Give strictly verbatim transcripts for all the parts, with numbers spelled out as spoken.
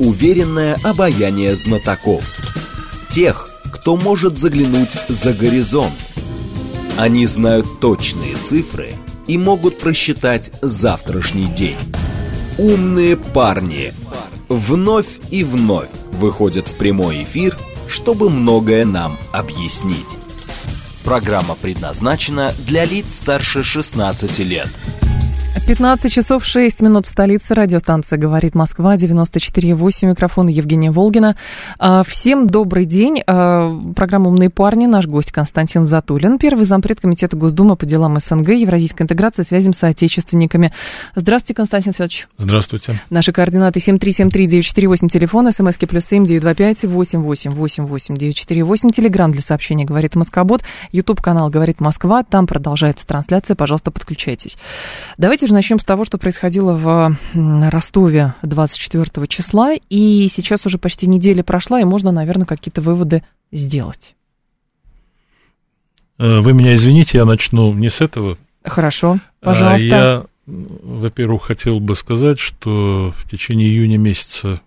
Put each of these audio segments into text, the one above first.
уверенное обаяние знатоков. Тех, кто может заглянуть за горизонт. Они знают точные цифры и могут просчитать завтрашний день. Умные парни вновь и вновь выходят в прямой эфир, чтобы многое нам объяснить. Программа предназначена для лиц старше шестнадцати лет. пятнадцать часов шесть минут в столице. Радиостанция «Говорит Москва», девяносто четыре и восемь. Микрофон Евгения Волгина. Всем добрый день. Программа «Умные парни». Наш гость Константин Затулин, первый зампред Комитета Госдумы по делам СНГ, евразийской интеграции, связям с соотечественниками. Здравствуйте, Константин Федорович. Здравствуйте. Наши координаты семь три семь три девять четыре восемь, телефон, смски плюс семь девять два пять восемь восемь восемь восемь девять четыре восемь, телеграм для сообщений «Говорит Москобот», ютуб-канал «Говорит Москва». Там продолжается трансляция. Пожалуйста, подключайтесь. Давайте же начнем с того, что происходило в Ростове двадцать четвёртого числа, и сейчас уже почти неделя прошла, и можно, наверное, какие-то выводы сделать. Вы меня извините, я начну не с этого. Хорошо, пожалуйста. Я, во-первых, хотел бы сказать, что в течение июня месяца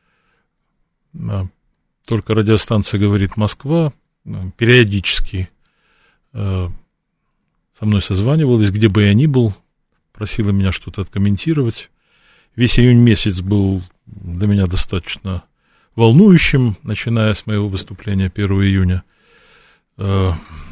только радиостанция «Говорит Москва» периодически со мной созванивалась, где бы я ни был, просила меня что-то откомментировать. Весь июнь месяц был для меня достаточно волнующим, начиная с моего выступления первого июня э,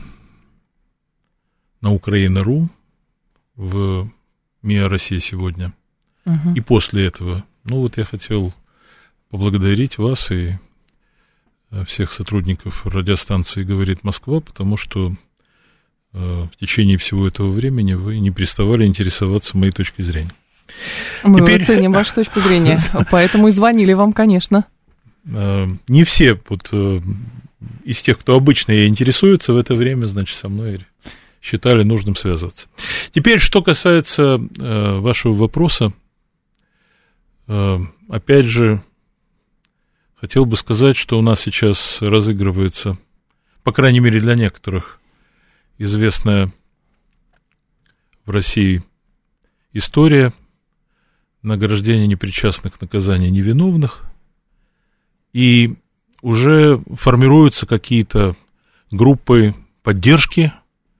на Украина.ру в МИА «Россия сегодня». Угу. И после этого. Ну вот я хотел поблагодарить вас и всех сотрудников радиостанции «Говорит Москва», потому что в течение всего этого времени вы не переставали интересоваться моей точкой зрения. Мы Теперь... оценим вашу точку зрения, поэтому и звонили вам, конечно. Не все вот, из тех, кто обычно интересуется в это время, значит, со мной считали нужным связываться. Теперь, что касается вашего вопроса, опять же, хотел бы сказать, что у нас сейчас разыгрывается, по крайней мере для некоторых, известная в России история награждения непричастных, наказания невиновных, и уже формируются какие-то группы поддержки.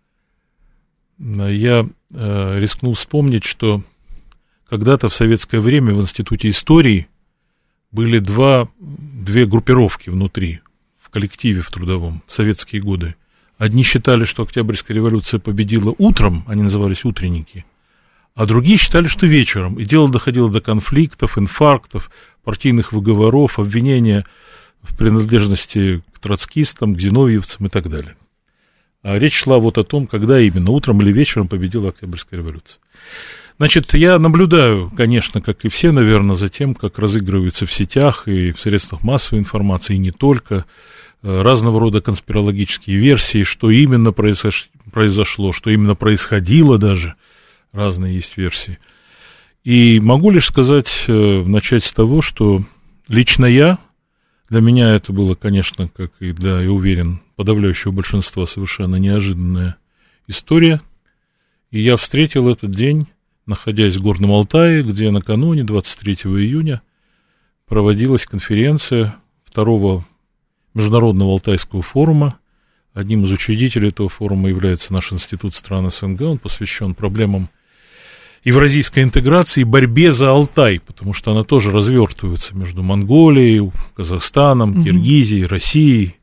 Я э, рискнул вспомнить, что когда-то в советское время в Институте истории были два, две группировки внутри, в коллективе в трудовом, в советские годы. Одни считали, что Октябрьская революция победила утром, они назывались утренники, а другие считали, что вечером. И дело доходило до конфликтов, инфарктов, партийных выговоров, обвинения в принадлежности к троцкистам, к зиновьевцам и так далее. А речь шла вот о том, когда именно, утром или вечером победила Октябрьская революция. Значит, я наблюдаю, конечно, как и все, наверное, за тем, как разыгрывается в сетях и в средствах массовой информации, и не только, разного рода конспирологические версии, что именно произошло, что именно происходило даже, разные есть версии. И могу лишь сказать, начать с того, что лично я, для меня это было, конечно, как и для, я уверен, подавляющего большинства совершенно неожиданная история, и я встретил этот день, находясь в Горном Алтае, где накануне, двадцать третьего июня, проводилась конференция второго Международного Алтайского форума. Одним из учредителей этого форума является наш Институт стран СНГ. Он посвящен проблемам евразийской интеграции и борьбе за Алтай, потому что она тоже развертывается между Монголией, Казахстаном, mm-hmm. Киргизией, Россией.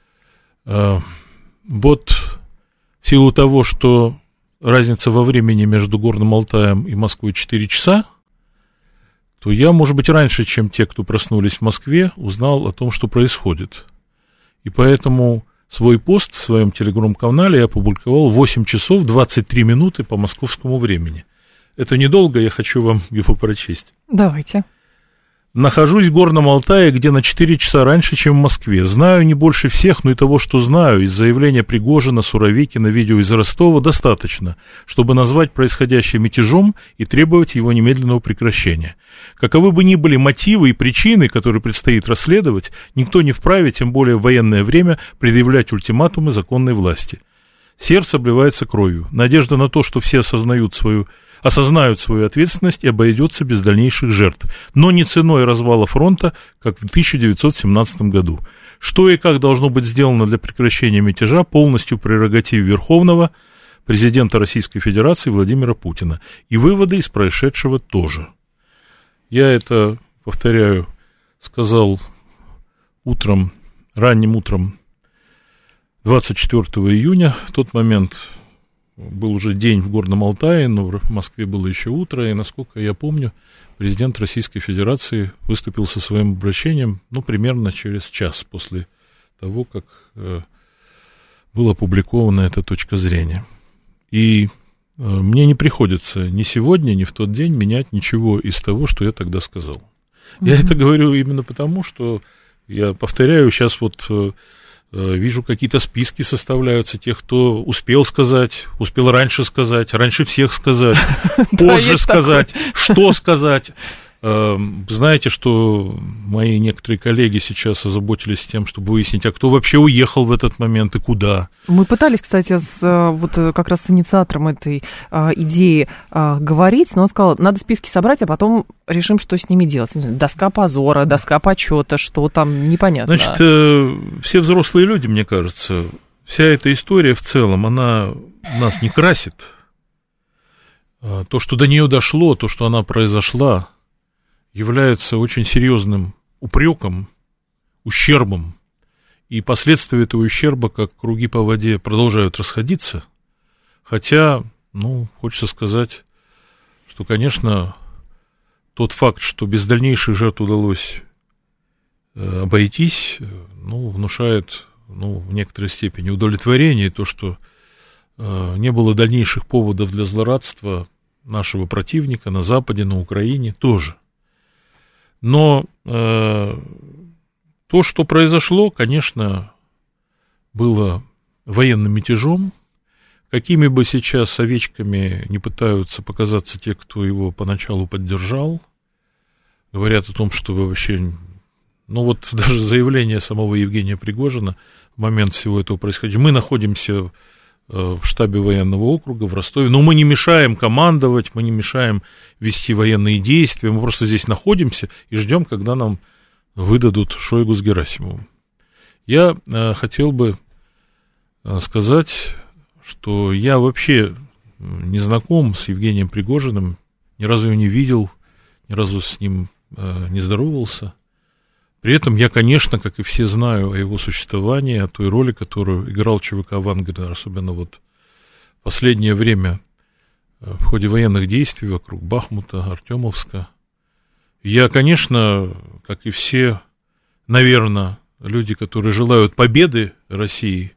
Вот в силу того, что разница во времени между Горным Алтаем и Москвой четыре часа, то я, может быть, раньше, чем те, кто проснулись в Москве, узнал о том, что происходит. И поэтому свой пост в своем телеграм-канале я опубликовал в восемь часов двадцать три минуты по московскому времени. Это недолго, я хочу вам его прочесть. Давайте. Нахожусь в Горном Алтае, где на четыре часа раньше, чем в Москве. Знаю не больше всех, но и того, что знаю, из заявления Пригожина, Суровикина, видео из Ростова достаточно, чтобы назвать происходящее мятежом и требовать его немедленного прекращения. Каковы бы ни были мотивы и причины, которые предстоит расследовать, никто не вправе, тем более в военное время, предъявлять ультиматумы законной власти. Сердце обливается кровью. Надежда на то, что все осознают свою осознают свою ответственность и обойдется без дальнейших жертв, но не ценой развала фронта, как в тысяча девятьсот семнадцатом году. Что и как должно быть сделано для прекращения мятежа, полностью прерогатив Верховного президента Российской Федерации Владимира Путина. И выводы из происшедшего тоже. Я это, повторяю, сказал утром, ранним утром двадцать четвёртого июня. В тот момент был уже день в Горном Алтае, но в Москве было еще утро, и, насколько я помню, президент Российской Федерации выступил со своим обращением, ну, примерно через час после того, как э, была опубликована эта точка зрения. И э, мне не приходится ни сегодня, ни в тот день менять ничего из того, что я тогда сказал. Mm-hmm. Я это говорю именно потому, что, я повторяю, сейчас вот... Э, вижу, какие-то списки составляются тех, кто успел сказать, успел раньше сказать, раньше всех сказать, позже сказать, что сказать. Знаете, что мои некоторые коллеги сейчас озаботились тем, чтобы выяснить, а кто вообще уехал в этот момент и куда. Мы пытались, кстати, с, вот как раз с инициатором этой а, идеи а, говорить, но он сказал, надо списки собрать, а потом решим, что с ними делать. Доска позора, доска почета, что там, непонятно. Значит, э, все взрослые люди, мне кажется, вся эта история в целом, она нас не красит. То, что до нее дошло, то, что она произошла, является очень серьезным упреком, ущербом, и последствия этого ущерба, как круги по воде, продолжают расходиться, хотя, ну, хочется сказать, что, конечно, тот факт, что без дальнейших жертв удалось обойтись, ну, внушает, ну, в некоторой степени удовлетворение, то, что не было дальнейших поводов для злорадства нашего противника на Западе, на Украине тоже. Но э, то, что произошло, конечно, было военным мятежом. Какими бы сейчас овечками не пытаются показаться те, кто его поначалу поддержал, говорят о том, что вы вообще... Ну вот даже заявление самого Евгения Пригожина в момент всего этого происходит. Мы находимся в штабе военного округа в Ростове, но мы не мешаем командовать, мы не мешаем вести военные действия, мы просто здесь находимся и ждем, когда нам выдадут Шойгу с Герасимовым. Я э, хотел бы э, сказать, что я вообще не знаком с Евгением Пригожиным, ни разу его не видел, ни разу с ним э, не здоровался. При этом я, конечно, как и все, знаю о его существовании, о той роли, которую играл ЧВК «Вагнер», особенно вот в последнее время в ходе военных действий вокруг Бахмута, Артемовска. Я, конечно, как и все, наверное, люди, которые желают победы России,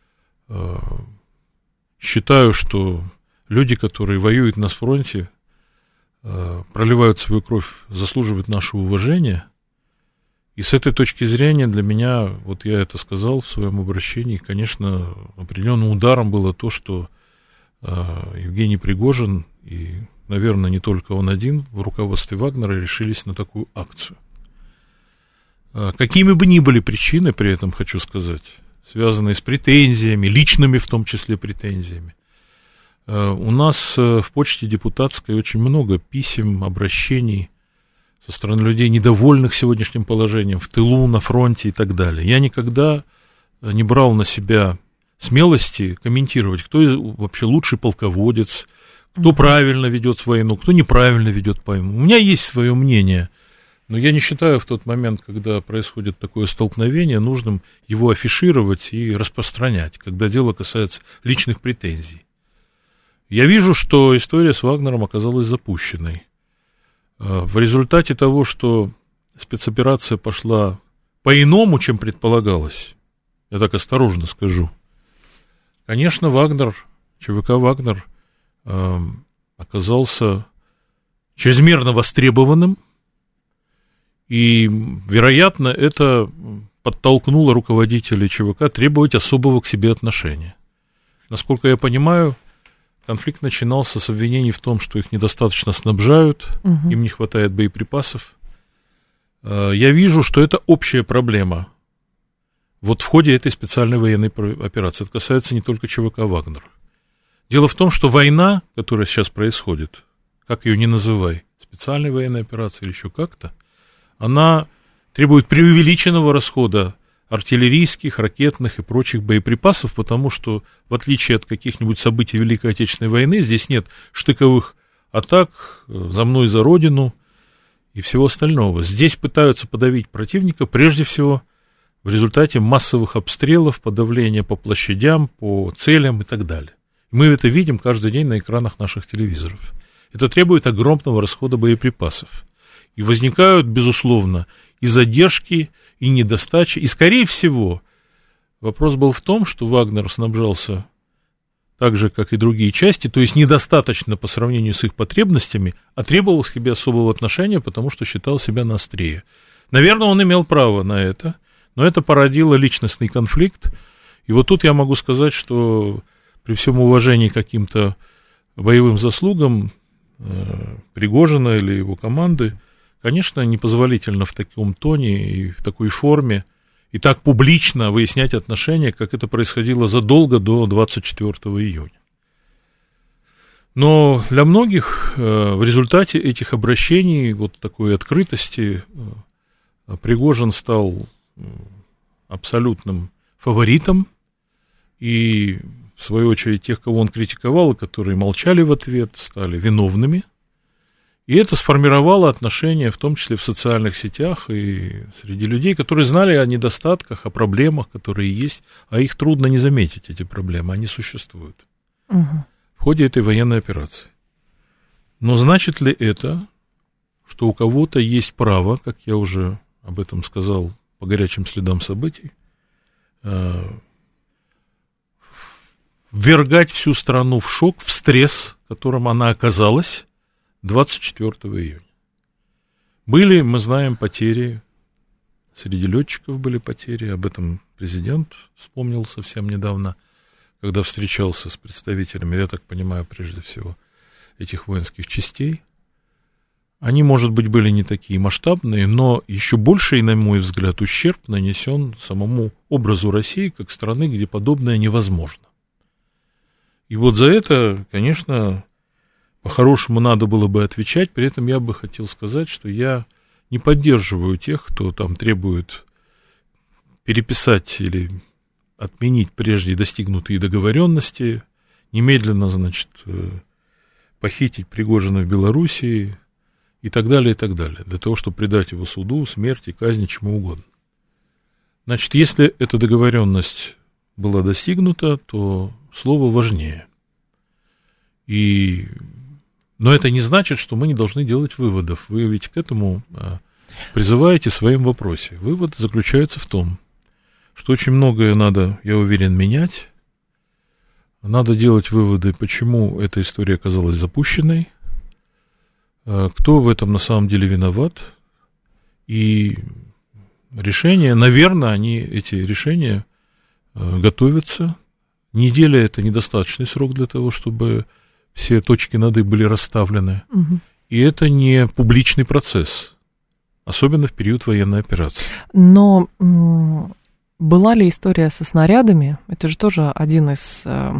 считаю, что люди, которые воюют на фронте, проливают свою кровь, заслуживают нашего уважения. И с этой точки зрения для меня, вот я это сказал в своем обращении, конечно, определенным ударом было то, что э, Евгений Пригожин и, наверное, не только он один в руководстве Вагнера решились на такую акцию. Э, какими бы ни были причины, при этом хочу сказать, связанные с претензиями, личными в том числе претензиями, э, у нас э, в почте депутатской очень много писем, обращений со стороны людей, недовольных сегодняшним положением, в тылу, на фронте и так далее. Я никогда не брал на себя смелости комментировать, кто вообще лучший полководец, кто mm-hmm. правильно ведет войну, кто неправильно ведет войну. У меня есть свое мнение, но я не считаю в тот момент, когда происходит такое столкновение, нужным его афишировать и распространять, когда дело касается личных претензий. Я вижу, что история с Вагнером оказалась запущенной. В результате того, что спецоперация пошла по-иному, чем предполагалось, я так осторожно скажу, конечно, Вагнер, ЧВК «Вагнер» э, оказался чрезмерно востребованным, и, вероятно, это подтолкнуло руководителей ЧВК требовать особого к себе отношения. Насколько я понимаю, конфликт начинался с обвинений в том, что их недостаточно снабжают, угу. им не хватает боеприпасов. Я вижу, что это общая проблема вот в ходе этой специальной военной операции. Это касается не только ЧВК «Вагнер». Дело в том, что война, которая сейчас происходит, как ее ни называй, специальной военной операции или еще как-то, она требует преувеличенного расхода артиллерийских, ракетных и прочих боеприпасов, потому что, в отличие от каких-нибудь событий Великой Отечественной войны, здесь нет штыковых атак за мной, за родину и всего остального. Здесь пытаются подавить противника, прежде всего, в результате массовых обстрелов, подавления по площадям, по целям и так далее. Мы это видим каждый день на экранах наших телевизоров. Это требует огромного расхода боеприпасов. И возникают, безусловно, и задержки, и недостачи. И, скорее всего, вопрос был в том, что Вагнер снабжался так же, как и другие части, то есть недостаточно по сравнению с их потребностями, а требовал к себе особого отношения, потому что считал себя на острие. Наверное, он имел право на это, но это породило личностный конфликт. И вот тут я могу сказать, что при всем уважении к каким-то боевым заслугам э, Пригожина или его команды, конечно, непозволительно в таком тоне и в такой форме и так публично выяснять отношения, как это происходило задолго до двадцать четвёртого июня. Но для многих э, в результате этих обращений, вот такой открытости, э, Пригожин стал э, абсолютным фаворитом, и, в свою очередь, тех, кого он критиковал, и которые молчали в ответ, стали виновными. И это сформировало отношения, в том числе в социальных сетях и среди людей, которые знали о недостатках, о проблемах, которые есть, а их трудно не заметить, эти проблемы, они существуют угу. в ходе этой военной операции. Но значит ли это, что у кого-то есть право, как я уже об этом сказал по горячим следам событий, ввергать всю страну в шок, в стресс, в котором она оказалась двадцать четвёртого июня. Были, мы знаем, потери, среди летчиков были потери, об этом президент вспомнил совсем недавно, когда встречался с представителями, я так понимаю, прежде всего, этих воинских частей. Они, может быть, были не такие масштабные, но еще больший, на мой взгляд, ущерб нанесен самому образу России как страны, где подобное невозможно. И вот за это, конечно, по-хорошему надо было бы отвечать, при этом я бы хотел сказать, что я не поддерживаю тех, кто там требует переписать или отменить прежде достигнутые договоренности, немедленно, значит, похитить Пригожина в Белоруссии и так далее, и так далее, для того, чтобы предать его суду, смерти, казни, чему угодно. Значит, если эта договоренность была достигнута, то слово важнее. И... Но это не значит, что мы не должны делать выводов. Вы ведь к этому призываете в своем вопросе. Вывод заключается в том, что очень многое надо, я уверен, менять. Надо делать выводы, почему эта история оказалась запущенной, кто в этом на самом деле виноват. И решения, наверное, они, эти решения готовятся. Неделя – это недостаточный срок для того, чтобы все точки над «и» были расставлены. Угу. И это не публичный процесс, особенно в период военной операции. Но м- была ли история со снарядами? Это же тоже один из э,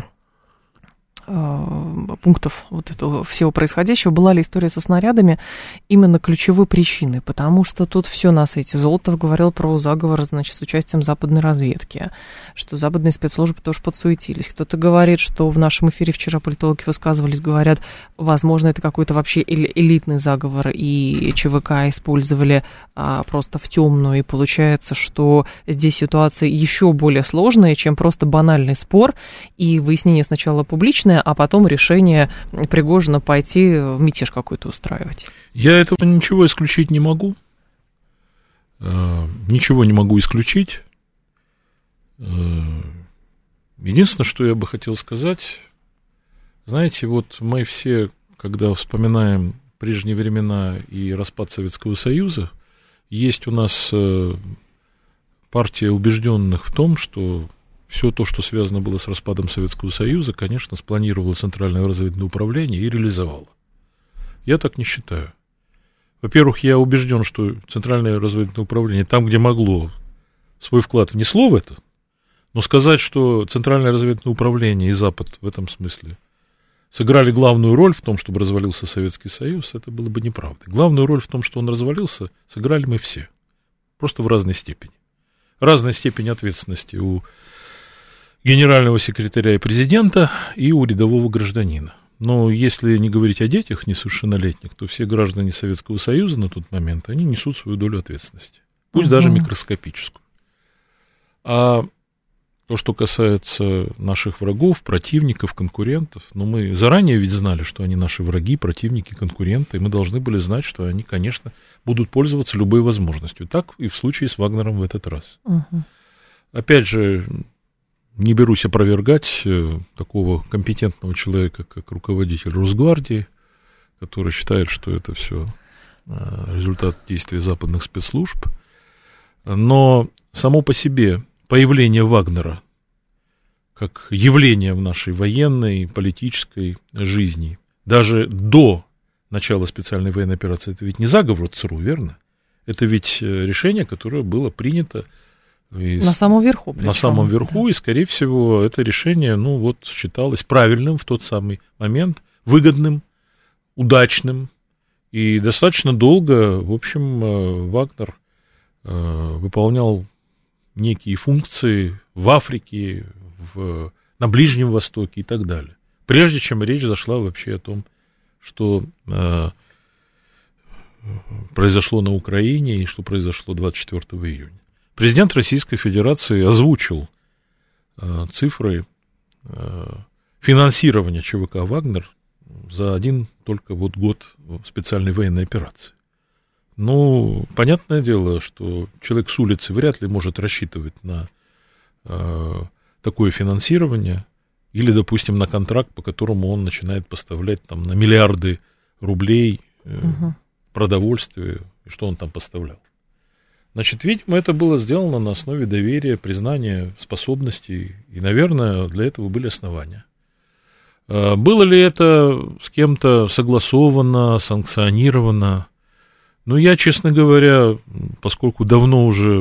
э, пунктов вот этого всего происходящего. Была ли история со снарядами именно ключевой причиной? Потому что тут все на свете. Золотов говорил про заговор, значит, с участием западной разведки, что западные спецслужбы тоже подсуетились. Кто-то говорит, что в нашем эфире вчера политологи высказывались, говорят, возможно, это какой-то вообще элитный заговор, и ЧВК использовали а, просто в темную, и получается, что здесь ситуация еще более сложная, чем просто банальный спор, и выяснение сначала публичное, а потом решение Пригожина пойти в мятеж какой-то устраивать. Я этого ничего исключить не могу. Ничего не могу исключить. Единственное, что я бы хотел сказать, знаете, вот мы все, когда вспоминаем прежние времена и распад Советского Союза, есть у нас партия убежденных в том, что все то, что связано было с распадом Советского Союза, конечно, спланировало Центральное разведывательное управление и реализовало. Я так не считаю. Во-первых, я убежден, что Центральное разведывательное управление там, где могло, свой вклад внесло в это, но сказать, что Центральное разведывательное управление и Запад в этом смысле сыграли главную роль в том, чтобы развалился Советский Союз, это было бы неправдой. Главную роль в том, что он развалился, сыграли мы все. Просто в разной степени. Разная степень ответственности у генерального секретаря и президента и у рядового гражданина. Но если не говорить о детях несовершеннолетних, то все граждане Советского Союза на тот момент, они несут свою долю ответственности. Пусть uh-huh. даже микроскопическую. А то, что касается наших врагов, противников, конкурентов, ну, мы заранее ведь знали, что они наши враги, противники, конкуренты, и мы должны были знать, что они, конечно, будут пользоваться любой возможностью. Так и в случае с Вагнером в этот раз. Uh-huh. Опять же, не берусь опровергать такого компетентного человека, как руководитель Росгвардии, который считает, что это все результат действий западных спецслужб. Но само по себе появление Вагнера как явление в нашей военной, политической жизни, даже до начала специальной военной операции, это ведь не заговор ЦРУ, верно? Это ведь решение, которое было принято и на самом верху. Причем. На самом верху, да. И, скорее всего, это решение, ну, вот, считалось правильным в тот самый момент, выгодным, удачным, и достаточно долго, в общем, Вагнер выполнял некие функции в Африке, в, на Ближнем Востоке и так далее. Прежде чем речь зашла вообще о том, что э, произошло на Украине и что произошло двадцать четвёртого июня. Президент Российской Федерации озвучил э, цифры э, финансирования ЧВК «Вагнер» за один только вот год специальной военной операции. Ну, понятное дело, что человек с улицы вряд ли может рассчитывать на э, такое финансирование или, допустим, на контракт, по которому он начинает поставлять там, на миллиарды рублей э, угу. продовольствия, и что он там поставлял. Значит, видимо, это было сделано на основе доверия, признания способностей, и, наверное, для этого были основания. Было ли это с кем-то согласовано, санкционировано? Ну, я, честно говоря, поскольку давно уже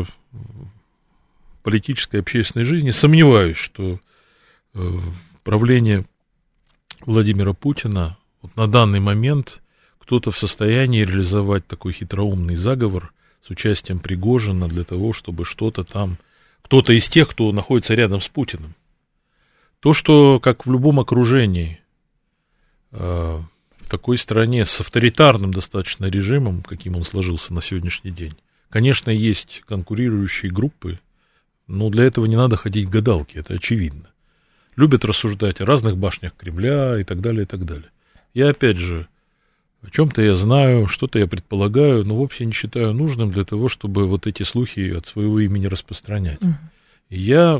в политической и общественной жизни, сомневаюсь, что правление Владимира Путина вот на данный момент кто-то в состоянии реализовать такой хитроумный заговор с участием Пригожина для того, чтобы что-то там, кто-то из тех, кто находится рядом с Путиным. То, что, как в любом окружении, э, в такой стране с авторитарным достаточно режимом, каким он сложился на сегодняшний день, конечно, есть конкурирующие группы, но для этого не надо ходить к гадалке, это очевидно. Любят рассуждать о разных башнях Кремля и так далее, и так далее. Я, опять же, о чем-то я знаю, что-то я предполагаю, но вовсе не считаю нужным для того, чтобы вот эти слухи от своего имени распространять. Uh-huh. И я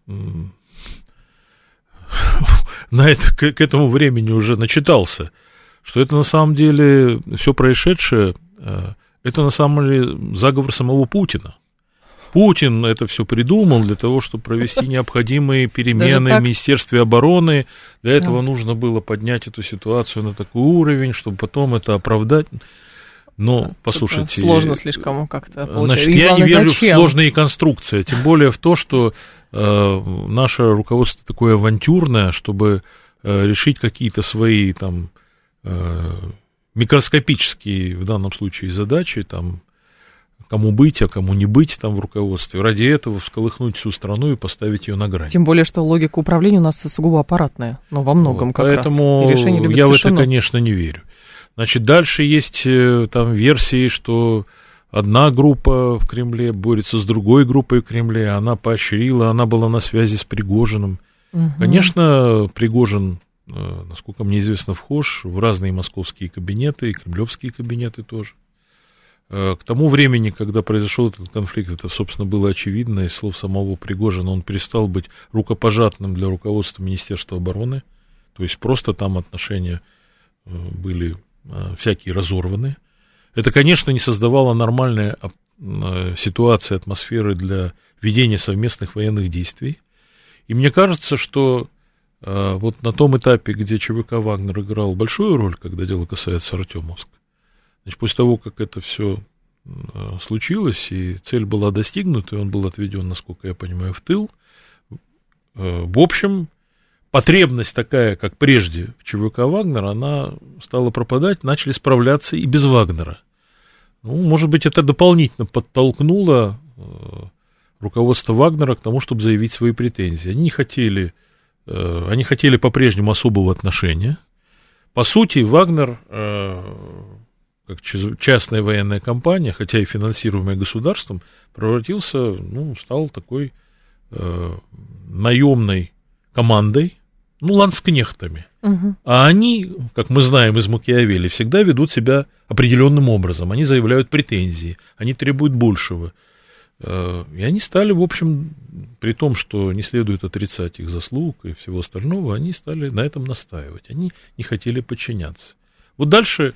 на это, к, к этому времени уже начитался, что это на самом деле все происшедшее, это на самом деле заговор самого Путина. Путин это все придумал для того, чтобы провести необходимые перемены в Министерстве обороны. Для этого да. нужно было поднять эту ситуацию на такой уровень, чтобы потом это оправдать. Но, послушайте... Сложно слишком как-то получается. Значит, я главное, не верю зачем? в сложные конструкции, тем более в то, что э, наше руководство такое авантюрное, чтобы э, решить какие-то свои там э, микроскопические в данном случае задачи, там, кому быть, а кому не быть там в руководстве. Ради этого всколыхнуть всю страну и поставить ее на грань. Тем более, что логика управления у нас сугубо аппаратная, но во многом вот, как поэтому раз. Поэтому я в это, конечно, не верю. Значит, дальше есть там версии, что одна группа в Кремле борется с другой группой в Кремле, она поощрила, она была на связи с Пригожиным. Угу. Конечно, Пригожин, насколько мне известно, вхож в разные московские кабинеты, и кремлевские кабинеты тоже. К тому времени, когда произошел этот конфликт, это, собственно, было очевидно, из слов самого Пригожина, он перестал быть рукопожатным для руководства Министерства обороны, то есть просто там отношения были всякие разорваны. Это, конечно, не создавало нормальной ситуации, атмосферы для ведения совместных военных действий. И мне кажется, что вот на том этапе, где ЧВК «Вагнер» играл большую роль, когда дело касается Артемовска, значит, после того, как это все случилось, и цель была достигнута, и он был отведен, насколько я понимаю, в тыл, в общем, потребность такая, как прежде в ЧВК «Вагнер», она стала пропадать, начали справляться и без «Вагнера». Ну, может быть, это дополнительно подтолкнуло э, руководство «Вагнера» к тому, чтобы заявить свои претензии. Они не хотели, э, они хотели по-прежнему особого отношения. По сути, «Вагнер», э, как частная военная компания, хотя и финансируемая государством, превратился, ну, стал такой э, наемной командой, ну, ланскнехтами. Угу. А они, как мы знаем из Макиавелли, всегда ведут себя определенным образом. Они заявляют претензии, они требуют большего. И они стали, в общем, при том, что не следует отрицать их заслуг и всего остального, они стали на этом настаивать. Они не хотели подчиняться. Вот дальше,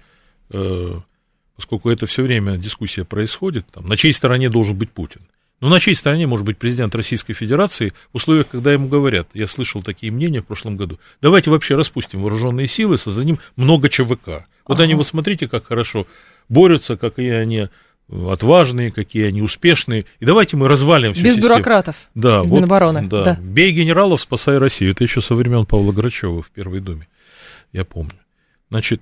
поскольку это все время дискуссия происходит, там, на чьей стороне должен быть Путин? Ну, на чьей стороне может быть президент Российской Федерации в условиях, когда ему говорят, я слышал такие мнения в прошлом году, давайте вообще распустим вооруженные силы, создадим много ЧВК. Вот ага. они, вот смотрите, как хорошо борются, какие они отважные, какие они успешные, и давайте мы развалим всю Без систему. бюрократов, да, из вот, Минобороны. Да. Да. Бей генералов, спасай Россию. Это еще со времен Павла Грачева в Первой Думе, я помню. Значит,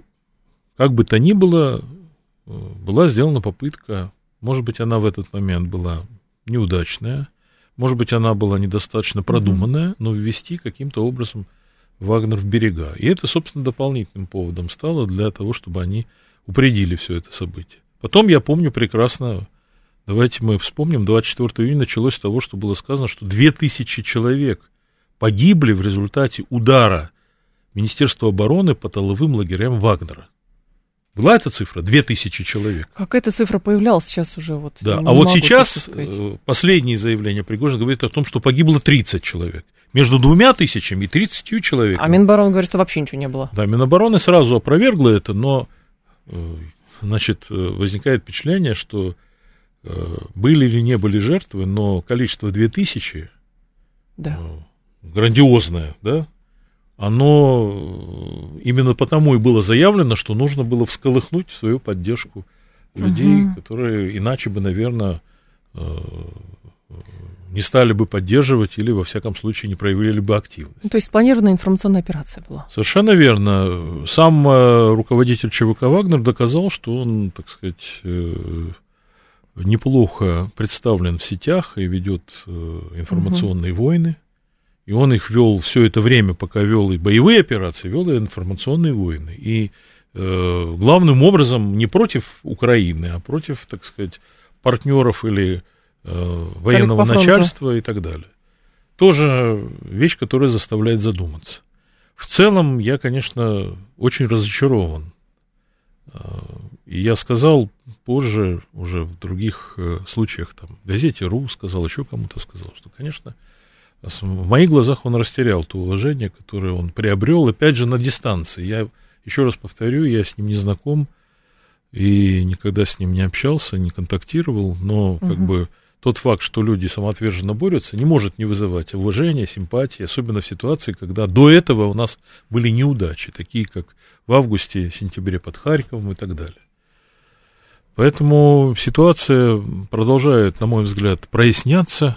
как бы то ни было, была сделана попытка. Может быть, она в этот момент была неудачная, может быть, она была недостаточно продуманная, mm-hmm. но ввести каким-то образом Вагнер в берега. И это, собственно, дополнительным поводом стало для того, чтобы они упредили все это событие. Потом, я помню прекрасно, давайте мы вспомним, двадцать четвёртого июня началось с того, что было сказано, что две тысячи человек погибли в результате удара Министерства обороны по тыловым лагерям Вагнера. Была эта цифра? Две тысячи человек. Как эта цифра появлялась сейчас уже? Вот, да. А вот сейчас последнее заявление Пригожина говорит о том, что погибло тридцать человек. Между двумя тысячами и тридцатью человеками. А Минобороны говорит, что вообще ничего не было. Да, Минобороны сразу опровергла это, но, значит, возникает впечатление, что были или не были жертвы, но количество две тысячи, да. грандиозное, да, оно именно потому и было заявлено, что нужно было всколыхнуть свою поддержку людей, угу. которые иначе бы, наверное, не стали бы поддерживать или, во всяком случае, не проявили бы активность. Ну, то есть спланированная информационная операция была. Совершенно верно. Сам руководитель ЧВК «Вагнер» доказал, что он, так сказать, неплохо представлен в сетях и ведет информационные угу. войны. И он их вел все это время, пока вел и боевые операции, вел и информационные войны. И э, главным образом не против Украины, а против, так сказать, партнеров или э, военного начальства и так далее. Тоже вещь, которая заставляет задуматься. В целом, я, конечно, очень разочарован. И я сказал позже, уже в других случаях, там, в газете «Ру» сказал, еще кому-то сказал, что, конечно, в моих глазах он растерял то уважение, которое он приобрел, опять же, на дистанции. Я еще раз повторю, я с ним не знаком и никогда с ним не общался, не контактировал, но угу. как бы тот факт, что люди самоотверженно борются, не может не вызывать уважения, симпатии, особенно в ситуации, когда до этого у нас были неудачи, такие как в августе, сентябре под Харьковом и так далее. Поэтому ситуация продолжает, на мой взгляд, проясняться.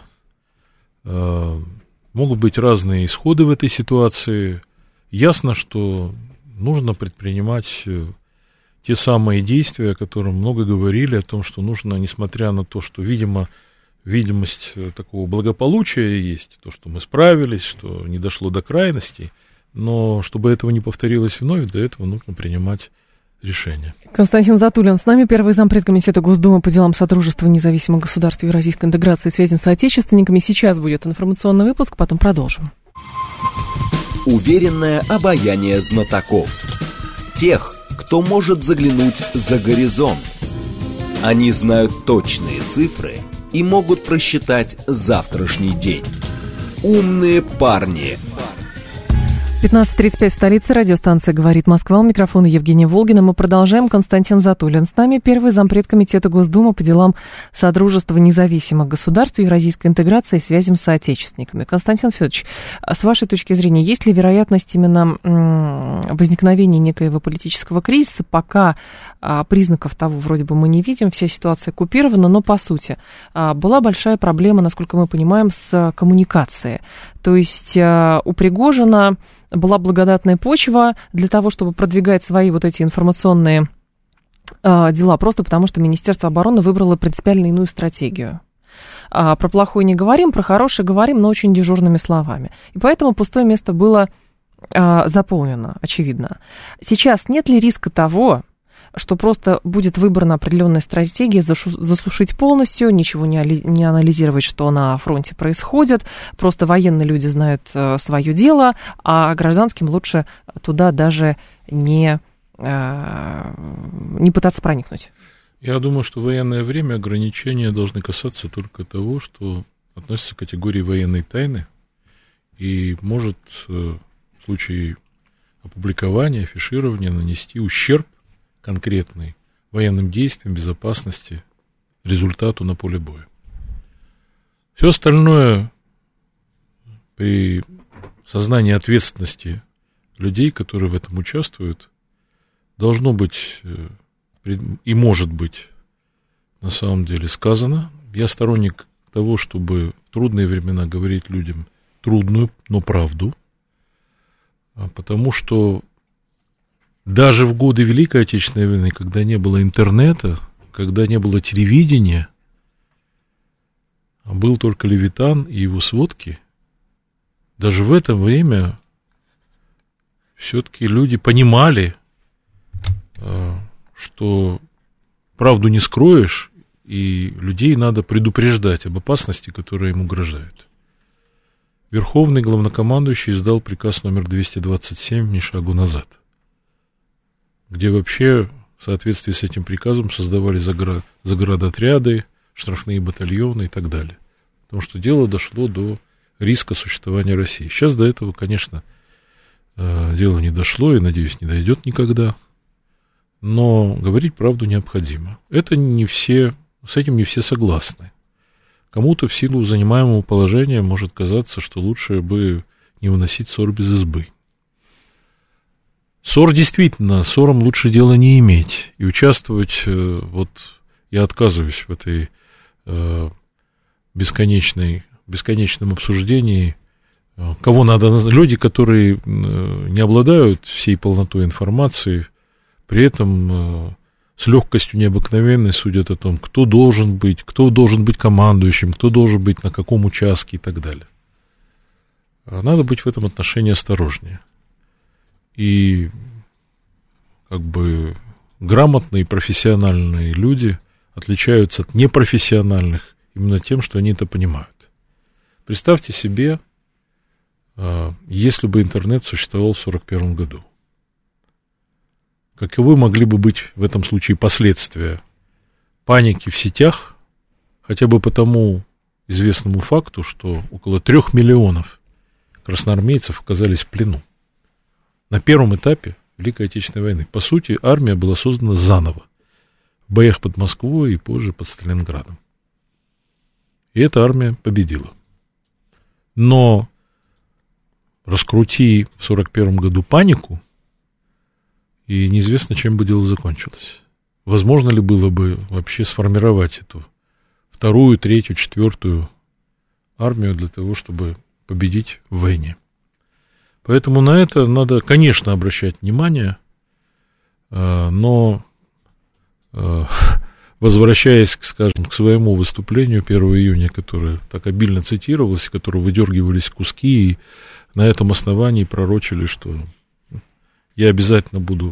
Могут быть разные исходы в этой ситуации. Ясно, что нужно предпринимать те самые действия, о которых много говорили, о том, что нужно, несмотря на то, что, видимо, видимость такого благополучия есть, то, что мы справились, что не дошло до крайностей, но чтобы этого не повторилось вновь, для этого нужно принимать решения. Константин Затулин с нами, первый зампред комитета Госдумы по делам Содружества независимых государств и евразийской интеграции и связям с соотечественниками. Сейчас будет информационный выпуск, потом продолжим. Уверенное обаяние знатоков. Тех, кто может заглянуть за горизонт. Они знают точные цифры и могут просчитать завтрашний день. Умные парни. пятнадцать тридцать пять в столице. Радиостанция «Говорит Москва». У микрофона Евгения Волгина. Мы продолжаем. Константин Затулин с нами, первый зампред комитета Госдумы по делам Содружества независимых государств, евразийской интеграции и связям с соотечественниками. Константин Федорович, с вашей точки зрения, есть ли вероятность именно возникновения некоего политического кризиса? Пока признаков того вроде бы мы не видим, вся ситуация оккупирована, но по сути была большая проблема, насколько мы понимаем, с коммуникацией. То есть у Пригожина была благодатная почва для того, чтобы продвигать свои вот эти информационные э, дела, просто потому что Министерство обороны выбрало принципиально иную стратегию. А, про плохое не говорим, про хорошее говорим, но очень дежурными словами. И поэтому пустое место было э, заполнено, очевидно. Сейчас нет ли риска того, что просто будет выбрана определенная стратегия засушить полностью, ничего не, не анализировать, что на фронте происходит, просто военные люди знают э, свое дело, а гражданским лучше туда даже не, э, не пытаться проникнуть? Я думаю, что в военное время ограничения должны касаться только того, что относится к категории военной тайны и может э, в случае опубликования, афиширования нанести ущерб конкретный военным действиям, безопасности, результату на поле боя. Все остальное при сознании ответственности людей, которые в этом участвуют, должно быть и может быть на самом деле сказано. Я сторонник того, чтобы в трудные времена говорить людям трудную, но правду, потому что даже в годы Великой Отечественной войны, когда не было интернета, когда не было телевидения, а был только Левитан и его сводки, даже в это время все-таки люди понимали, что правду не скроешь, и людей надо предупреждать об опасности, которая им угрожает. Верховный главнокомандующий издал приказ номер двести двадцать семь «Ни шагу назад», где вообще в соответствии с этим приказом создавали заград, заградотряды, штрафные батальоны и так далее. Потому что дело дошло до риска существования России. Сейчас до этого, конечно, дело не дошло и, надеюсь, не дойдет никогда. Но говорить правду необходимо. Это не все, с этим не все согласны. Кому-то в силу занимаемого положения может казаться, что лучше бы не выносить ссор без избы. Ссор действительно, ссором лучше дела не иметь. И участвовать, вот я отказываюсь в этой э, бесконечной, бесконечном обсуждении, кого надо... Люди, которые не обладают всей полнотой информации, при этом э, с легкостью необыкновенной судят о том, кто должен быть, кто должен быть командующим, кто должен быть на каком участке и так далее. Надо быть в этом отношении осторожнее. И как бы грамотные, профессиональные люди отличаются от непрофессиональных именно тем, что они это понимают. Представьте себе, если бы интернет существовал в сорок первом году. Каковы могли бы быть в этом случае последствия паники в сетях, хотя бы по тому известному факту, что около трех миллионов красноармейцев оказались в плену на первом этапе Великой Отечественной войны. По сути, армия была создана заново в боях под Москвой и позже под Сталинградом. И эта армия победила. Но раскрути в сорок первом году панику, и неизвестно, чем бы дело закончилось. Возможно ли было бы вообще сформировать эту вторую, третью, четвертую армию для того, чтобы победить в войне? Поэтому на это надо, конечно, обращать внимание, но, возвращаясь, скажем, к своему выступлению первого июня, которое так обильно цитировалось, которого выдергивались куски, и на этом основании пророчили, что я обязательно буду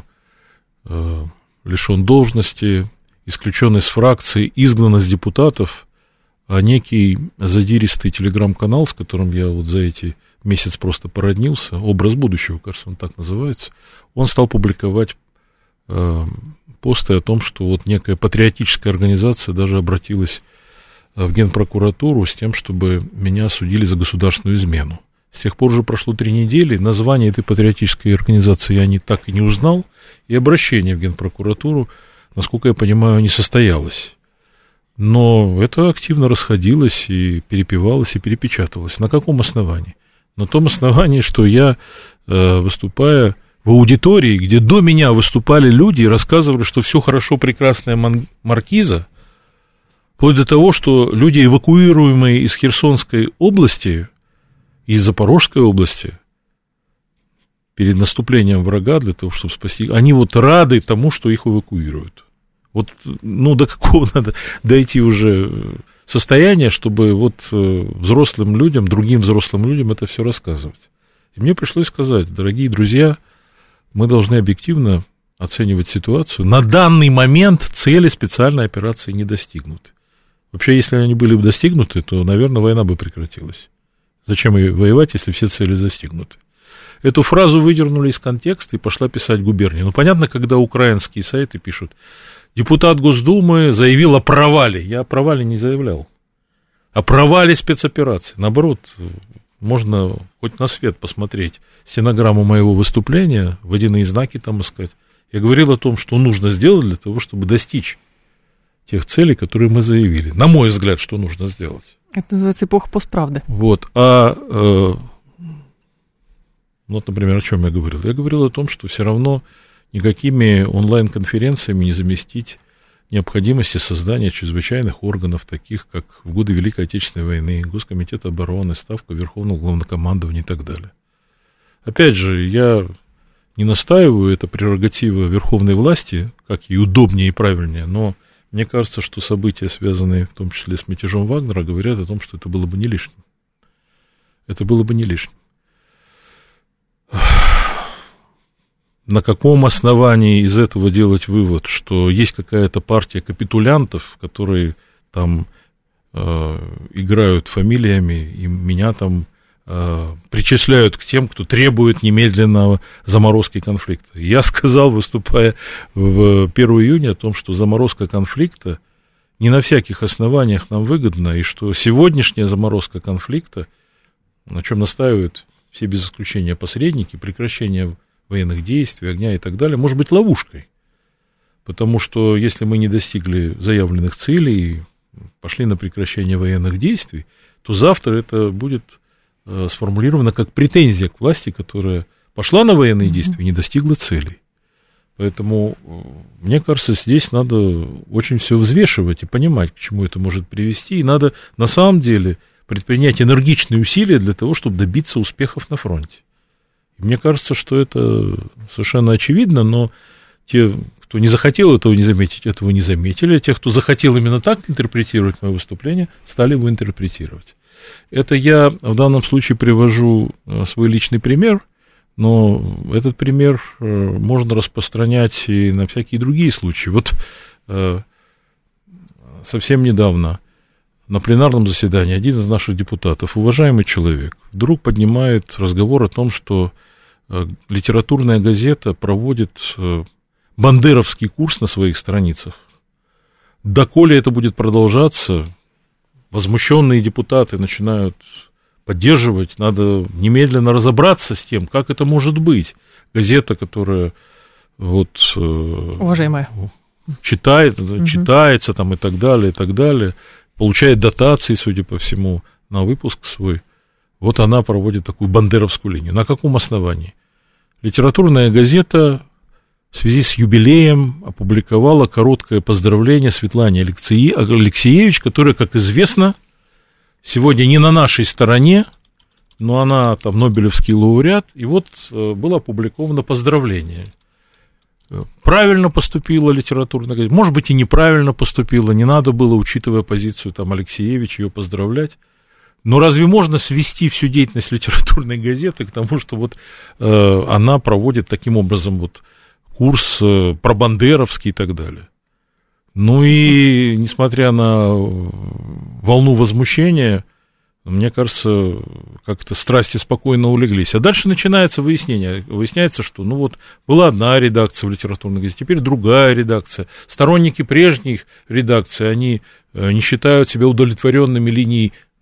лишен должности, исключен из фракции, изгнан из депутатов, а некий задиристый телеграм-канал, с которым я вот за эти месяц просто породнился, «Образ будущего», кажется, он так называется, он стал публиковать э, посты о том, что вот некая патриотическая организация даже обратилась в Генпрокуратуру с тем, чтобы меня осудили за государственную измену. С тех пор уже прошло три недели, название этой патриотической организации я не, так и не узнал, и обращение в Генпрокуратуру, насколько я понимаю, не состоялось. Но это активно расходилось и перепевалось, и перепечатывалось. На каком основании? На том основании, что я, выступая в аудитории, где до меня выступали люди и рассказывали, что все хорошо, прекрасная маркиза, вплоть до того, что люди, эвакуируемые из Херсонской области, из Запорожской области, перед наступлением врага для того, чтобы спасти, они вот рады тому, что их эвакуируют. Вот, ну, до какого надо дойти уже состояния, чтобы вот взрослым людям, другим взрослым людям это все рассказывать. И мне пришлось сказать: дорогие друзья, мы должны объективно оценивать ситуацию. На данный момент цели специальной операции не достигнуты. Вообще, если они были бы достигнуты, то, наверное, война бы прекратилась. Зачем и воевать, если все цели достигнуты? Эту фразу выдернули из контекста и пошла писать губерния. Ну, понятно, когда украинские сайты пишут: депутат Госдумы заявил о провале. Я о провале не заявлял. О провале спецоперации. Наоборот, можно хоть на свет посмотреть стенограмму моего выступления, водяные знаки там искать. Я говорил о том, что нужно сделать для того, чтобы достичь тех целей, которые мы заявили. На мой взгляд, что нужно сделать. Это называется эпоха постправды. Вот, а, э, вот, например, о чем я говорил? Я говорил о том, что все равно никакими онлайн-конференциями не заместить необходимости создания чрезвычайных органов, таких как в годы Великой Отечественной войны, Госкомитет обороны, Ставка Верховного Главнокомандования и так далее. Опять же, я не настаиваю, это прерогатива верховной власти, как и удобнее и правильнее, но мне кажется, что события, связанные в том числе с мятежом Вагнера, говорят о том, что это было бы не лишним. Это было бы не лишним. На каком основании из этого делать вывод, что есть какая-то партия капитулянтов, которые там э, играют фамилиями, и меня там э, причисляют к тем, кто требует немедленного заморозки конфликта. Я сказал, выступая в первого июня, о том, что заморозка конфликта не на всяких основаниях нам выгодна, и что сегодняшняя заморозка конфликта, на чем настаивают все без исключения посредники, прекращение военных действий, огня и так далее, может быть ловушкой. Потому что если мы не достигли заявленных целей, пошли на прекращение военных действий, то завтра это будет э, сформулировано как претензия к власти, которая пошла на военные действия и не достигла целей. Поэтому, мне кажется, здесь надо очень все взвешивать и понимать, к чему это может привести. И надо на самом деле предпринять энергичные усилия для того, чтобы добиться успехов на фронте. И мне кажется, что это совершенно очевидно, но те, кто не захотел этого не заметить, этого не заметили, а те, кто захотел именно так интерпретировать мое выступление, стали его интерпретировать. Это я в данном случае привожу свой личный пример, но этот пример можно распространять и на всякие другие случаи. Вот совсем недавно на пленарном заседании один из наших депутатов, уважаемый человек, вдруг поднимает разговор о том, что литературная газета проводит бандеровский курс на своих страницах. Доколе это будет продолжаться, возмущенные депутаты начинают поддерживать, надо немедленно разобраться с тем, как это может быть. Газета, которая вот, уважаемая, читает, угу. читается там и так далее, и так далее, получает дотации, судя по всему, на выпуск свой. Вот она проводит такую бандеровскую линию. На каком основании? Литературная газета в связи с юбилеем опубликовала короткое поздравление Светлане Алексеевич, которая, как известно, сегодня не на нашей стороне, но она там Нобелевский лауреат, и вот было опубликовано поздравление. Правильно поступила литературная газета, может быть, и неправильно поступила, не надо было, учитывая позицию там Алексеевич, ее поздравлять. Но разве можно свести всю деятельность литературной газеты к тому, что вот э, она проводит таким образом вот курс э, пробандеровский и так далее? Ну и, несмотря на волну возмущения, мне кажется, как-то страсти спокойно улеглись. А дальше начинается выяснение. Выясняется, что ну вот была одна редакция в литературной газете, теперь другая редакция. Сторонники прежних редакций, они не считают себя удовлетворенными линией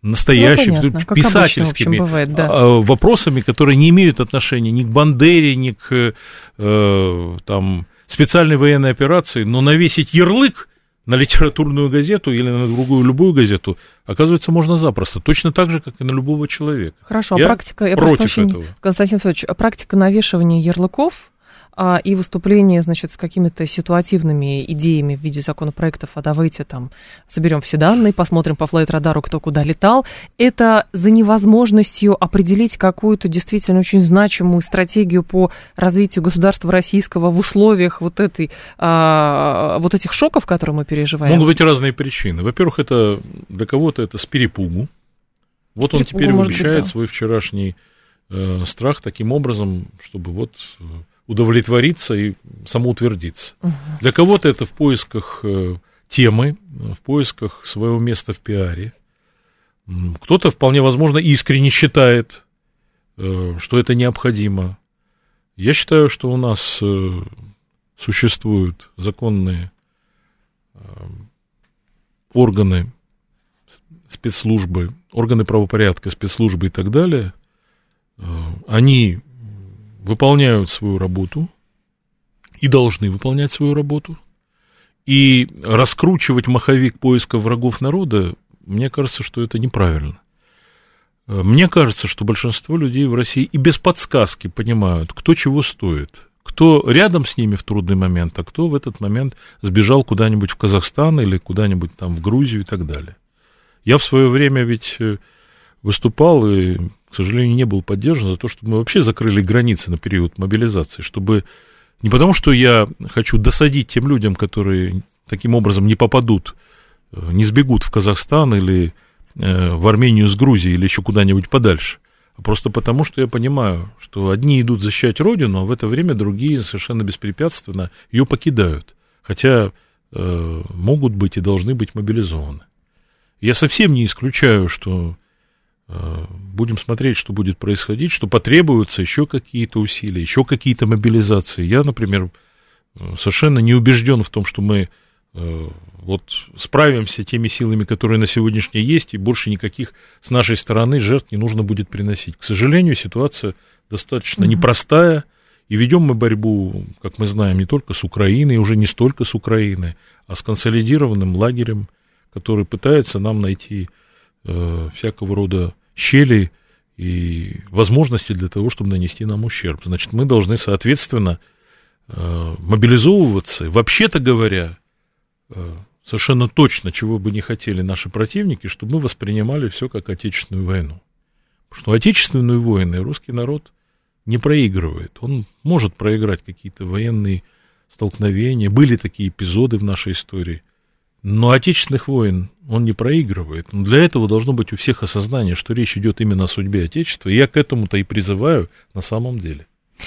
настоящими, ну, понятно, писательскими обычно, бывает, да. вопросами, которые не имеют отношения ни к Бандере, ни к э, там, специальной военной операции, но навесить ярлык на литературную газету или на другую любую газету, оказывается, можно запросто. Точно так же, как и на любого человека. Хорошо, я а практика... Я против очень, этого. Константин Федорович, а практика навешивания ярлыков а, и выступления, значит, с какими-то ситуативными идеями в виде законопроектов, а давайте там соберем все данные, посмотрим по флайт-радару, кто куда летал, это за невозможностью определить какую-то действительно очень значимую стратегию по развитию государства российского в условиях вот, этой, а, вот этих шоков, которые мы переживаем? Могут быть разные причины. Во-первых, это для кого-то это с перепугу. Вот он теперь обещает быть, да. свой вчерашний э, страх таким образом, чтобы вот... удовлетвориться и самоутвердиться. Угу. Для кого-то это в поисках э, темы, в поисках своего места в пиаре. Кто-то, вполне возможно, искренне считает, э, что это необходимо. Я считаю, что у нас э, существуют законные э, органы, спецслужбы, органы правопорядка, спецслужбы и так далее. Э, они выполняют свою работу и должны выполнять свою работу. И раскручивать маховик поиска врагов народа, мне кажется, что это неправильно. Мне кажется, что большинство людей в России и без подсказки понимают, кто чего стоит, кто рядом с ними в трудный момент, а кто в этот момент сбежал куда-нибудь в Казахстан или куда-нибудь там в Грузию и так далее. Я в свое время ведь выступал и, к сожалению, не был поддержан за то, чтобы мы вообще закрыли границы на период мобилизации, чтобы не потому, что я хочу досадить тем людям, которые таким образом не попадут, не сбегут в Казахстан или в Армению с Грузией или еще куда-нибудь подальше, а просто потому, что я понимаю, что одни идут защищать Родину, а в это время другие совершенно беспрепятственно ее покидают, хотя э, могут быть и должны быть мобилизованы. Я совсем не исключаю, что будем смотреть, что будет происходить, что потребуются еще какие-то усилия, еще какие-то мобилизации. Я, например, совершенно не убежден в том, что мы вот справимся теми силами, которые на сегодняшний день есть, и больше никаких с нашей стороны жертв не нужно будет приносить. К сожалению, ситуация достаточно непростая, и ведем мы борьбу, как мы знаем, не только с Украиной, уже не столько с Украиной, а с консолидированным лагерем, который пытается нам найти э, всякого рода щели и возможности для того, чтобы нанести нам ущерб. Значит, мы должны, соответственно, э, мобилизовываться. Вообще-то говоря, э, совершенно точно, чего бы не хотели наши противники, чтобы мы воспринимали все как отечественную войну. Потому что отечественную войну русский народ не проигрывает. Он может проиграть какие-то военные столкновения. Были такие эпизоды в нашей истории. Но отечественных войн он не проигрывает. Но для этого должно быть у всех осознание, что речь идет именно о судьбе Отечества. И я к этому-то и призываю на самом деле.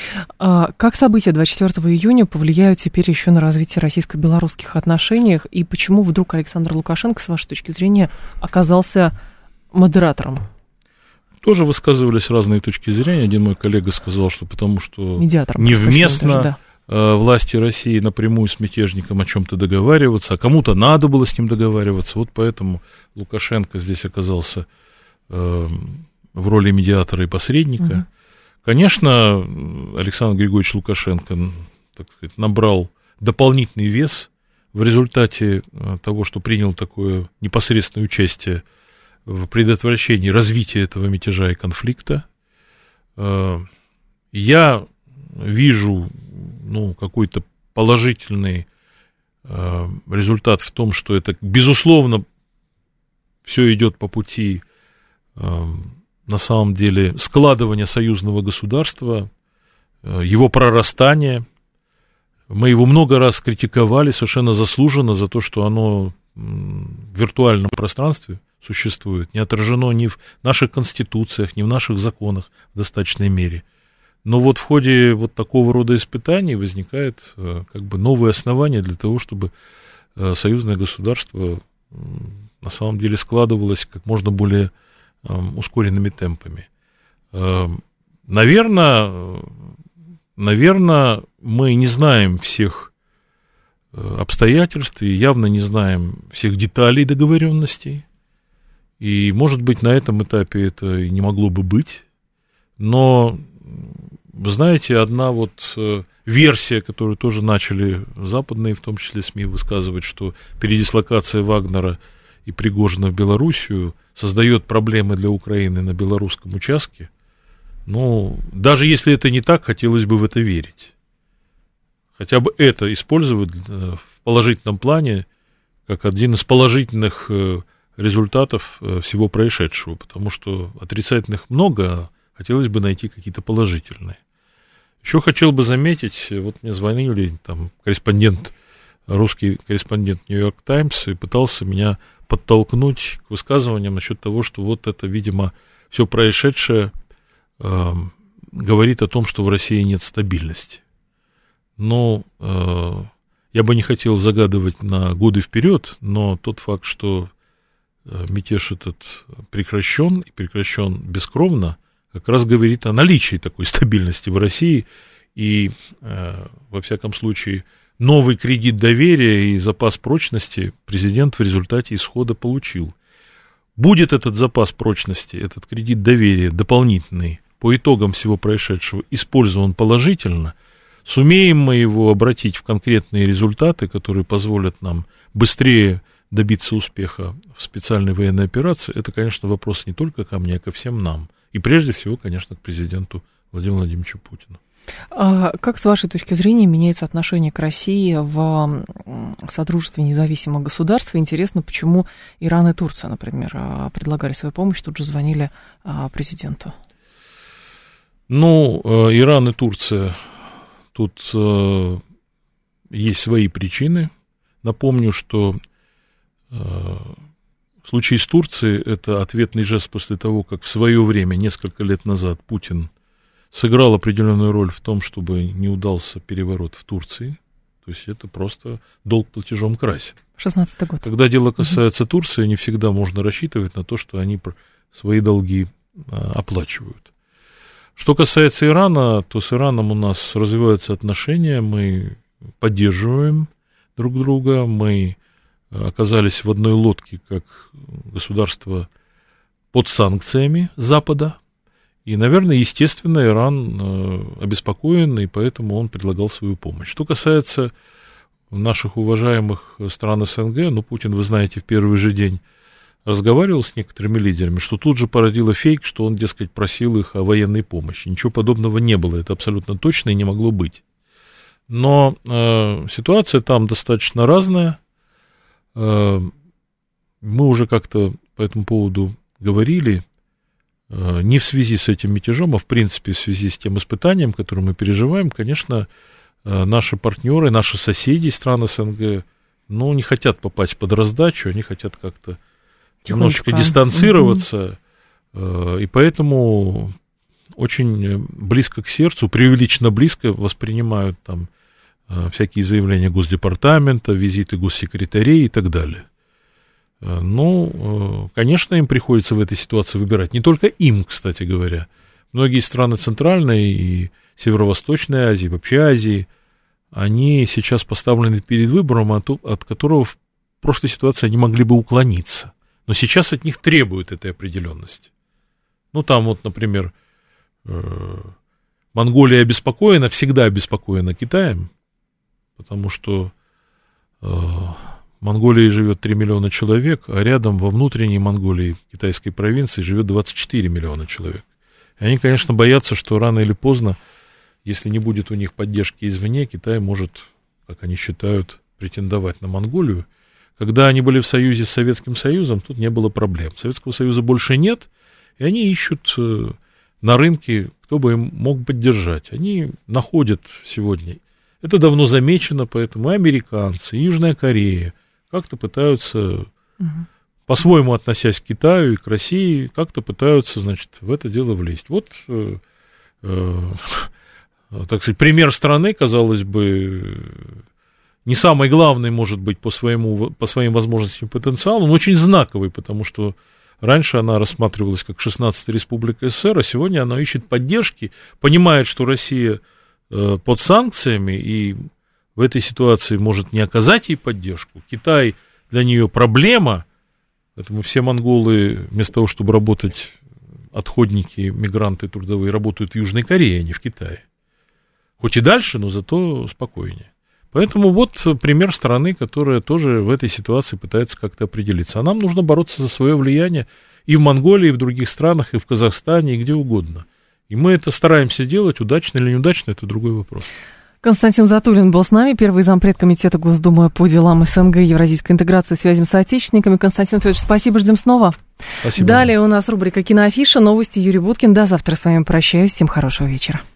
А как события двадцать четвёртого июня повлияют теперь еще на развитие российско-белорусских отношений? И почему вдруг Александр Лукашенко, с вашей точки зрения, оказался модератором? Тоже высказывались разные точки зрения. Один мой коллега сказал, что потому что медиатором, невместно... даже, да. власти России напрямую с мятежником о чем-то договариваться, а кому-то надо было с ним договариваться, вот поэтому Лукашенко здесь оказался э, в роли медиатора и посредника. Угу. Конечно, Александр Григорьевич Лукашенко, так сказать, набрал дополнительный вес в результате того, что принял такое непосредственное участие в предотвращении развития этого мятежа и конфликта. Э, я вижу ну, какой-то положительный э, результат в том, что это, безусловно, все идет по пути, э, на самом деле, складывания союзного государства, э, его прорастания. Мы его много раз критиковали, совершенно заслуженно, за то, что оно в виртуальном пространстве существует, не отражено ни в наших конституциях, ни в наших законах в достаточной мере. Но вот в ходе вот такого рода испытаний возникает как бы новое основание для того, чтобы союзное государство на самом деле складывалось как можно более ускоренными темпами. Наверное, наверное, мы не знаем всех обстоятельств и явно не знаем всех деталей договоренностей. И, может быть, на этом этапе это и не могло бы быть. Но, вы знаете, одна вот версия, которую тоже начали западные, в том числе СМИ, высказывать, что передислокация Вагнера и Пригожина в Белоруссию создает проблемы для Украины на белорусском участке. Ну, даже если это не так, хотелось бы в это верить. Хотя бы это использовать в положительном плане, как один из положительных результатов всего происшедшего, потому что отрицательных много, а хотелось бы найти какие-то положительные. Еще хотел бы заметить, вот мне звонили там корреспондент, русский корреспондент Нью-Йорк Таймс, и пытался меня подтолкнуть к высказываниям насчет того, что вот это, видимо, все происшедшее э, говорит о том, что в России нет стабильности. Но э, я бы не хотел загадывать на годы вперед, но тот факт, что э, мятеж этот прекращен, и прекращен бескровно, как раз говорит о наличии такой стабильности в России, и, э, во всяком случае, новый кредит доверия и запас прочности президент в результате исхода получил. Будет этот запас прочности, этот кредит доверия дополнительный по итогам всего происшедшего использован положительно, сумеем мы его обратить в конкретные результаты, которые позволят нам быстрее добиться успеха в специальной военной операции, это, конечно, вопрос не только ко мне, а ко всем нам. И прежде всего, конечно, к президенту Владимиру Владимировичу Путину. А как, с вашей точки зрения, меняется отношение к России в Содружестве независимых государств? Интересно, почему Иран и Турция, например, предлагали свою помощь, тут же звонили президенту? Ну, Иран и Турция, тут есть свои причины. Напомню, что в случае с Турцией это ответный жест после того, как в свое время, несколько лет назад, Путин сыграл определенную роль в том, чтобы не удался переворот в Турции. То есть это просто долг платежом красен. шестнадцатый год. Когда дело касается угу. Турции, не всегда можно рассчитывать на то, что они свои долги а, оплачивают. Что касается Ирана, то с Ираном у нас развиваются отношения, мы поддерживаем друг друга, мы оказались в одной лодке, как государство под санкциями Запада. И, наверное, естественно, Иран обеспокоен, и поэтому он предлагал свою помощь. Что касается наших уважаемых стран СНГ, ну, Путин, вы знаете, в первый же день разговаривал с некоторыми лидерами, что тут же породило фейк, что он, дескать, просил их о военной помощи. Ничего подобного не было, это абсолютно точно и не могло быть. Но э, ситуация там достаточно разная. Э, мы уже как-то по этому поводу говорили, э, не в связи с этим мятежом, а в принципе в связи с тем испытанием, которое мы переживаем. Конечно, э, наши партнеры, наши соседи из стран СНГ, ну, не хотят попасть под раздачу, они хотят как-то немножечко дистанцироваться, угу. И поэтому очень близко к сердцу, преувеличенно близко воспринимают там всякие заявления Госдепартамента, визиты госсекретарей и так далее. Ну, конечно, им приходится в этой ситуации выбирать. Не только им, кстати говоря. Многие страны Центральной и Северо-Восточной Азии, вообще Азии, они сейчас поставлены перед выбором, от которого в прошлой ситуации они могли бы уклониться. Но сейчас от них требуют этой определенности. Ну, там вот, например, Монголия обеспокоена, всегда обеспокоена Китаем, потому что в Монголии живет три миллиона человек, а рядом во внутренней Монголии, китайской провинции, живет двадцать четыре миллиона человек. И они, конечно, боятся, что рано или поздно, если не будет у них поддержки извне, Китай может, как они считают, претендовать на Монголию. Когда они были в союзе с Советским Союзом, тут не было проблем. Советского Союза больше нет, и они ищут на рынке, кто бы им мог поддержать. Они находят сегодня. Это давно замечено, поэтому и американцы, и Южная Корея как-то пытаются, угу. по-своему относясь к Китаю и к России, как-то пытаются, значит, в это дело влезть. Вот, э, э, так сказать, пример страны, казалось бы, не самый главный, может быть, по, своему, по своим возможностям и потенциалу, но очень знаковый, потому что раньше она рассматривалась как шестнадцатая республика СССР, а сегодня она ищет поддержки, понимает, что Россия э, под санкциями и в этой ситуации может не оказать ей поддержку. Китай для нее проблема, Поэтому все монголы, вместо того, чтобы работать, отходники, мигранты трудовые, работают в Южной Корее, а не в Китае. Хоть и дальше, но зато спокойнее. Поэтому вот пример страны, которая тоже в этой ситуации пытается как-то определиться. А нам нужно бороться за свое влияние и в Монголии, и в других странах, и в Казахстане, и где угодно. И мы это стараемся делать, удачно или неудачно, это другой вопрос. Константин Затулин был с нами, первый зампред комитета Госдумы по делам СНГ, евразийской интеграции, связям с соотечественниками. Константин Федорович, спасибо, ждем снова. Спасибо. Далее у нас рубрика «Киноафиша», новости, Юрий Буткин. До завтра с вами прощаюсь. Всем хорошего вечера.